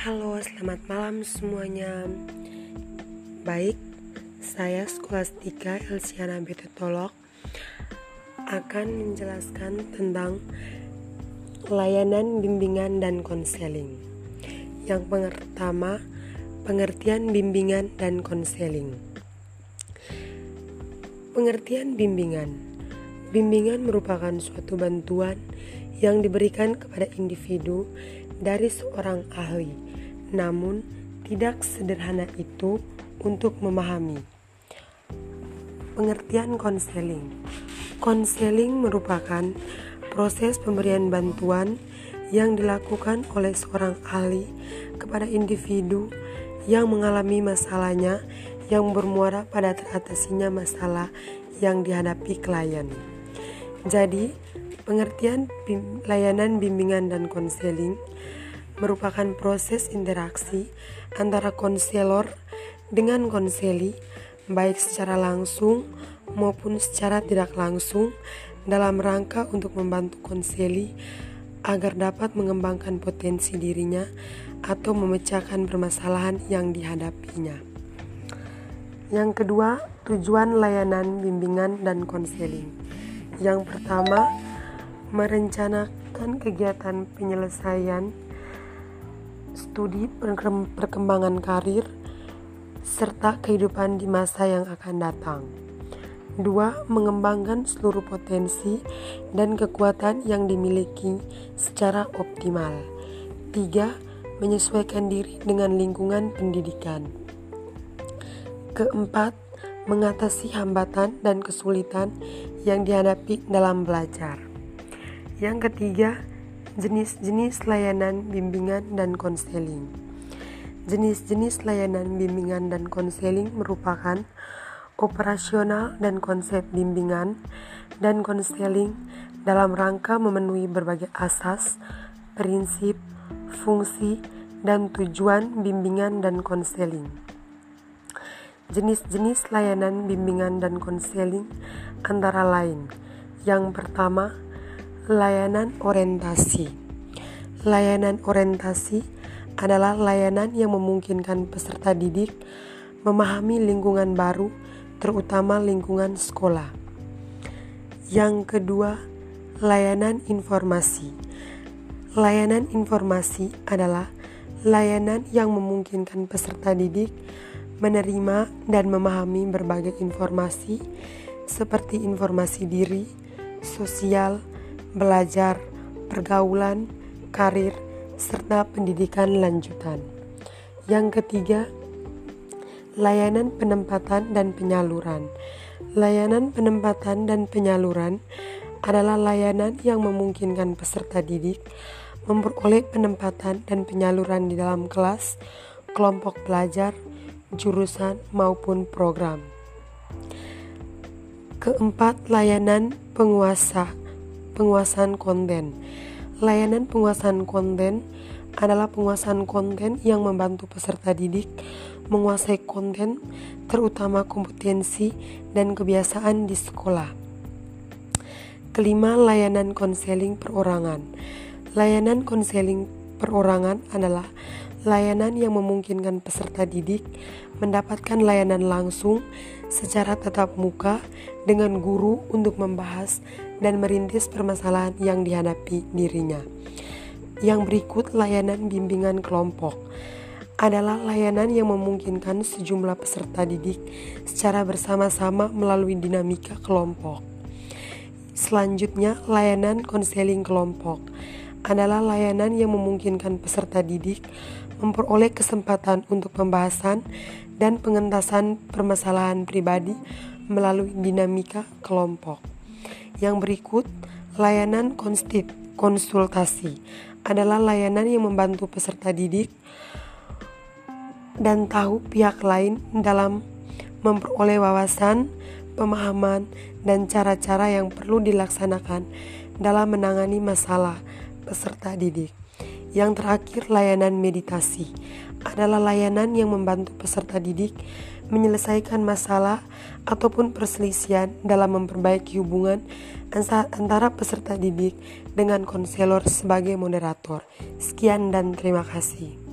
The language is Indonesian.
Halo, selamat malam semuanya. Baik, saya Skolastika Elsiana Betetolog akan menjelaskan tentang layanan bimbingan dan konseling. Yang pertama, pengertian bimbingan dan konseling. Pengertian bimbingan. Bimbingan merupakan suatu bantuan yang diberikan kepada individu dari seorang ahli, namun tidak sederhana itu untuk memahami. Pengertian konseling. Konseling merupakan proses pemberian bantuan yang dilakukan oleh seorang ahli kepada individu yang mengalami masalahnya yang bermuara pada teratasinya masalah yang dihadapi klien. Jadi, pengertian layanan bimbingan dan konseling merupakan proses interaksi antara konselor dengan konseli, baik secara langsung maupun secara tidak langsung, dalam rangka untuk membantu konseli agar dapat mengembangkan potensi dirinya atau memecahkan permasalahan yang dihadapinya. Yang kedua, tujuan layanan bimbingan dan konseling. Yang pertama, merencanakan kegiatan penyelesaian studi perkembangan karir serta kehidupan di masa yang akan datang. 2. Mengembangkan seluruh potensi dan kekuatan yang dimiliki secara optimal. 3. Menyesuaikan diri dengan lingkungan pendidikan. Keempat, mengatasi hambatan dan kesulitan yang dihadapi dalam belajar. Yang ketiga, jenis-jenis layanan bimbingan dan konseling. Jenis-jenis layanan bimbingan dan konseling merupakan operasional dan konsep bimbingan dan konseling dalam rangka memenuhi berbagai asas, prinsip, fungsi, dan tujuan bimbingan dan konseling. Jenis-jenis layanan bimbingan dan konseling antara lain. Yang pertama, layanan orientasi. Layanan orientasi adalah layanan yang memungkinkan peserta didik memahami lingkungan baru, terutama lingkungan sekolah. Yang kedua, layanan informasi. Layanan informasi adalah layanan yang memungkinkan peserta didik menerima dan memahami berbagai informasi seperti informasi diri, sosial, belajar, pergaulan, karir, serta pendidikan lanjutan. Yang ketiga, layanan penempatan dan penyaluran. Layanan penempatan dan penyaluran adalah layanan yang memungkinkan peserta didik memperoleh penempatan dan penyaluran di dalam kelas, kelompok belajar, jurusan maupun program. Keempat, layanan penguasaan konten. Layanan penguasaan konten adalah penguasaan konten yang membantu peserta didik menguasai konten, terutama kompetensi dan kebiasaan di sekolah. Kelima, layanan konseling perorangan. Layanan konseling perorangan adalah layanan yang memungkinkan peserta didik mendapatkan layanan langsung secara tatap muka dengan guru untuk membahas dan merintis permasalahan yang dihadapi dirinya. Yang berikut, layanan bimbingan kelompok adalah layanan yang memungkinkan sejumlah peserta didik secara bersama-sama melalui dinamika kelompok. Selanjutnya, layanan konseling kelompok adalah layanan yang memungkinkan peserta didik memperoleh kesempatan untuk pembahasan dan pengentasan permasalahan pribadi melalui dinamika kelompok. Yang berikut, layanan konsultasi adalah layanan yang membantu peserta didik dan tahu pihak lain dalam memperoleh wawasan, pemahaman, dan cara-cara yang perlu dilaksanakan dalam menangani masalah peserta didik. Yang terakhir, layanan meditasi adalah layanan yang membantu peserta didik menyelesaikan masalah ataupun perselisihan dalam memperbaiki hubungan antara peserta didik dengan konselor sebagai moderator. Sekian dan terima kasih.